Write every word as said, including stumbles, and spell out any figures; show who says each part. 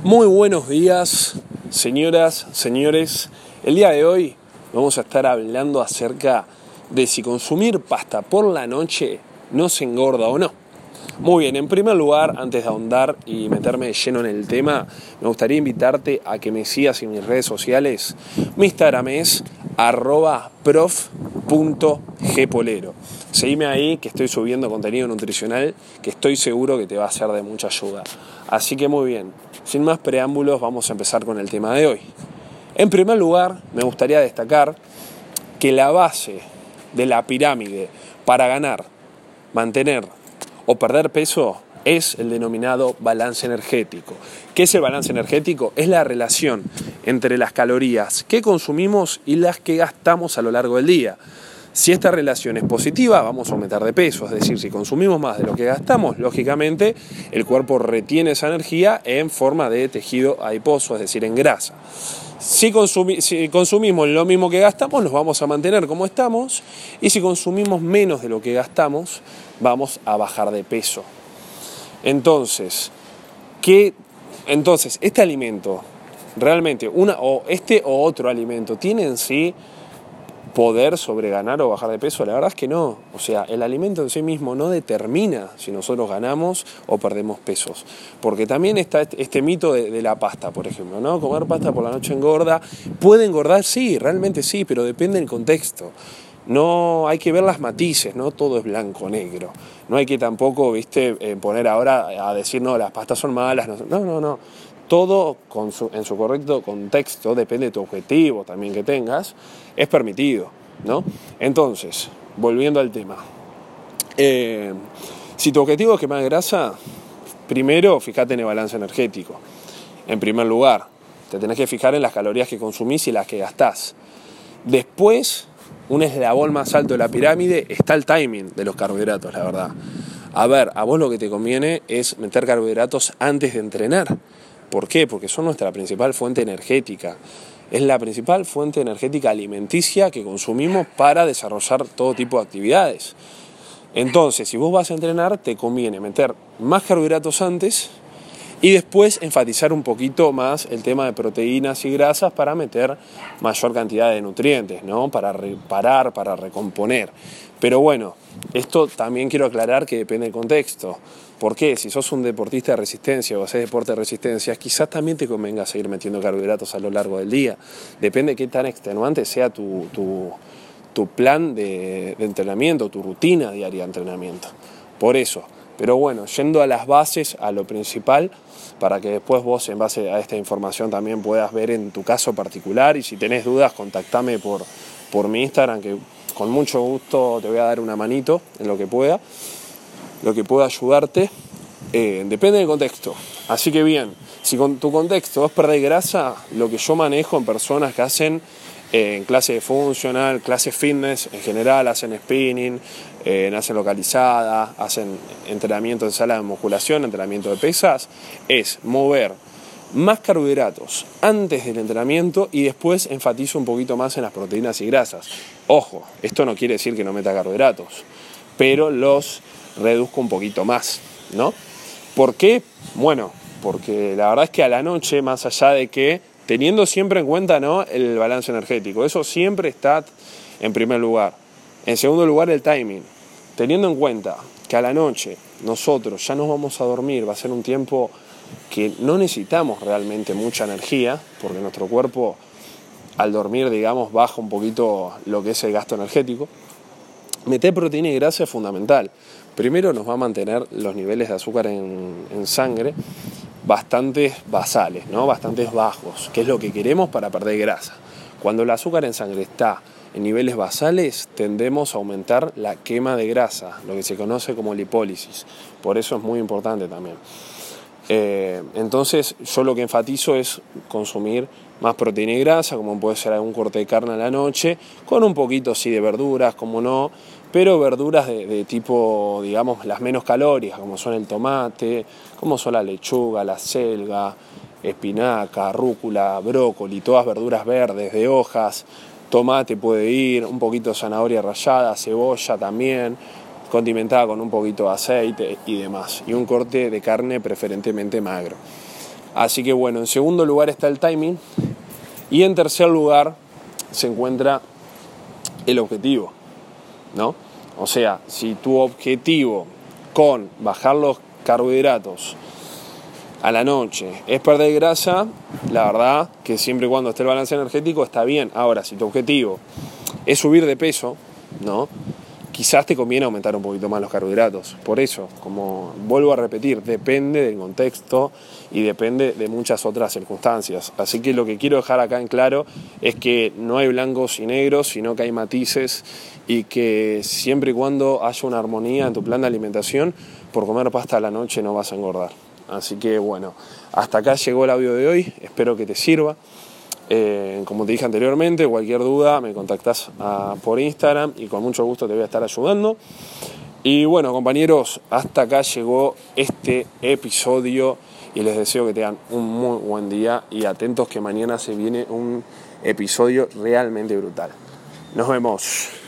Speaker 1: Muy buenos días, señoras, señores. El día de hoy vamos a estar hablando acerca de si consumir pasta por la noche nos engorda o no. Muy bien, en primer lugar, antes de ahondar y meterme de lleno en el tema, me gustaría invitarte a que me sigas en mis redes sociales. Mi Instagram es arroba prof punto gpolero. Seguime ahí, que estoy subiendo contenido nutricional que estoy seguro que te va a ser de mucha ayuda. Así que muy bien, sin más preámbulos, vamos a empezar con el tema de hoy. En primer lugar, me gustaría destacar que la base de la pirámide para ganar, mantener o perder peso es el denominado balance energético. ¿Qué es el balance energético? Es la relación entre las calorías que consumimos y las que gastamos a lo largo del día. Si esta relación es positiva, vamos a aumentar de peso, es decir, si consumimos más de lo que gastamos, lógicamente el cuerpo retiene esa energía en forma de tejido adiposo, es decir, en grasa. Si, consumi- si consumimos lo mismo que gastamos, nos vamos a mantener como estamos, y si consumimos menos de lo que gastamos, vamos a bajar de peso. Entonces, ¿qué? Entonces, este alimento, realmente, una, o este o otro alimento, ¿tiene en sí poder sobre ganar o bajar de peso? La verdad es que no. O sea, el alimento en sí mismo no determina si nosotros ganamos o perdemos pesos. Porque también está este, este mito de, de la pasta, por ejemplo, ¿no? Comer pasta por la noche engorda. ¿Puede engordar? Sí, realmente sí, pero depende del contexto. No hay que ver las matices, no todo es blanco o negro. No hay que tampoco, viste, eh, poner ahora a decir, no, las pastas son malas. No, no, no. no. Todo con su, en su correcto contexto, depende de tu objetivo también que tengas, es permitido, ¿no? Entonces, volviendo al tema. Eh, si tu objetivo es quemar grasa, primero fíjate en el balance energético. En primer lugar, te tenés que fijar en las calorías que consumís y las que gastás. Después, un eslabón más alto de la pirámide, está el timing de los carbohidratos, la verdad. A ver, a vos lo que te conviene es meter carbohidratos antes de entrenar. ¿Por qué? Porque son nuestra principal fuente energética. Es la principal fuente energética alimenticia que consumimos para desarrollar todo tipo de actividades. Entonces, si vos vas a entrenar, te conviene meter más carbohidratos antes y después enfatizar un poquito más el tema de proteínas y grasas para meter mayor cantidad de nutrientes, ¿no? Para reparar, para recomponer. Pero bueno, esto también quiero aclarar que depende del contexto. ¿Por qué? Si sos un deportista de resistencia o haces deporte de resistencia, quizás también te convenga seguir metiendo carbohidratos a lo largo del día. Depende de qué tan extenuante sea tu, tu, tu plan de, de entrenamiento, tu rutina diaria de entrenamiento. Por eso. Pero bueno, yendo a las bases, a lo principal, para que después vos en base a esta información también puedas ver en tu caso particular, y si tenés dudas, contactame por, por mi Instagram, que con mucho gusto te voy a dar una manito en lo que pueda, lo que pueda ayudarte. Eh, depende del contexto. Así que bien, si con tu contexto es perder grasa, lo que yo manejo en personas que hacen eh, en clase de funcional, clase fitness en general, hacen spinning, eh, hacen localizada, hacen entrenamiento de sala de musculación, entrenamiento de pesas, es mover más carbohidratos antes del entrenamiento y después enfatizo un poquito más en las proteínas y grasas. Ojo, esto no quiere decir que no meta carbohidratos, pero los reduzco un poquito más, ¿no? ¿Por qué? Bueno, porque la verdad es que a la noche, más allá de que, teniendo siempre en cuenta, ¿no?, el balance energético, eso siempre está en primer lugar. En segundo lugar, el timing. Teniendo en cuenta que a la noche nosotros ya nos vamos a dormir, va a ser un tiempo que no necesitamos realmente mucha energía, porque nuestro cuerpo al dormir, digamos, baja un poquito lo que es el gasto energético. Meter proteína y grasa es fundamental. Primero nos va a mantener los niveles de azúcar en, en sangre bastante basales, ¿no? Bastantes bajos, que es lo que queremos para perder grasa. Cuando el azúcar en sangre está en niveles basales, tendemos a aumentar la quema de grasa, lo que se conoce como lipólisis. Por eso es muy importante también. Eh, entonces yo lo que enfatizo es consumir más proteína y grasa, como puede ser algún corte de carne a la noche, con un poquito sí de verduras, como no, pero verduras de, de tipo, digamos, las menos calóricas, como son el tomate, como son la lechuga, la selga, espinaca, rúcula, brócoli, todas verduras verdes, de hojas. Tomate puede ir, un poquito de zanahoria rallada, cebolla también, condimentada con un poquito de aceite y demás, y un corte de carne preferentemente magro. Así que bueno, en segundo lugar está el timing y en tercer lugar se encuentra el objetivo, ¿no? O sea, si tu objetivo con bajar los carbohidratos a la noche es perder grasa, la verdad que siempre y cuando esté el balance energético está bien. Ahora, si tu objetivo es subir de peso, ¿no? Quizás te conviene aumentar un poquito más los carbohidratos. Por eso, como vuelvo a repetir, depende del contexto y depende de muchas otras circunstancias. Así que lo que quiero dejar acá en claro es que no hay blancos y negros, sino que hay matices y que siempre y cuando haya una armonía en tu plan de alimentación, por comer pasta a la noche no vas a engordar. Así que bueno, hasta acá llegó el audio de hoy, espero que te sirva. Eh, como te dije anteriormente, cualquier duda me contactás a, por Instagram y con mucho gusto te voy a estar ayudando. Y bueno, compañeros, hasta acá llegó este episodio y les deseo que tengan un muy buen día y atentos que mañana se viene un episodio realmente brutal. Nos vemos.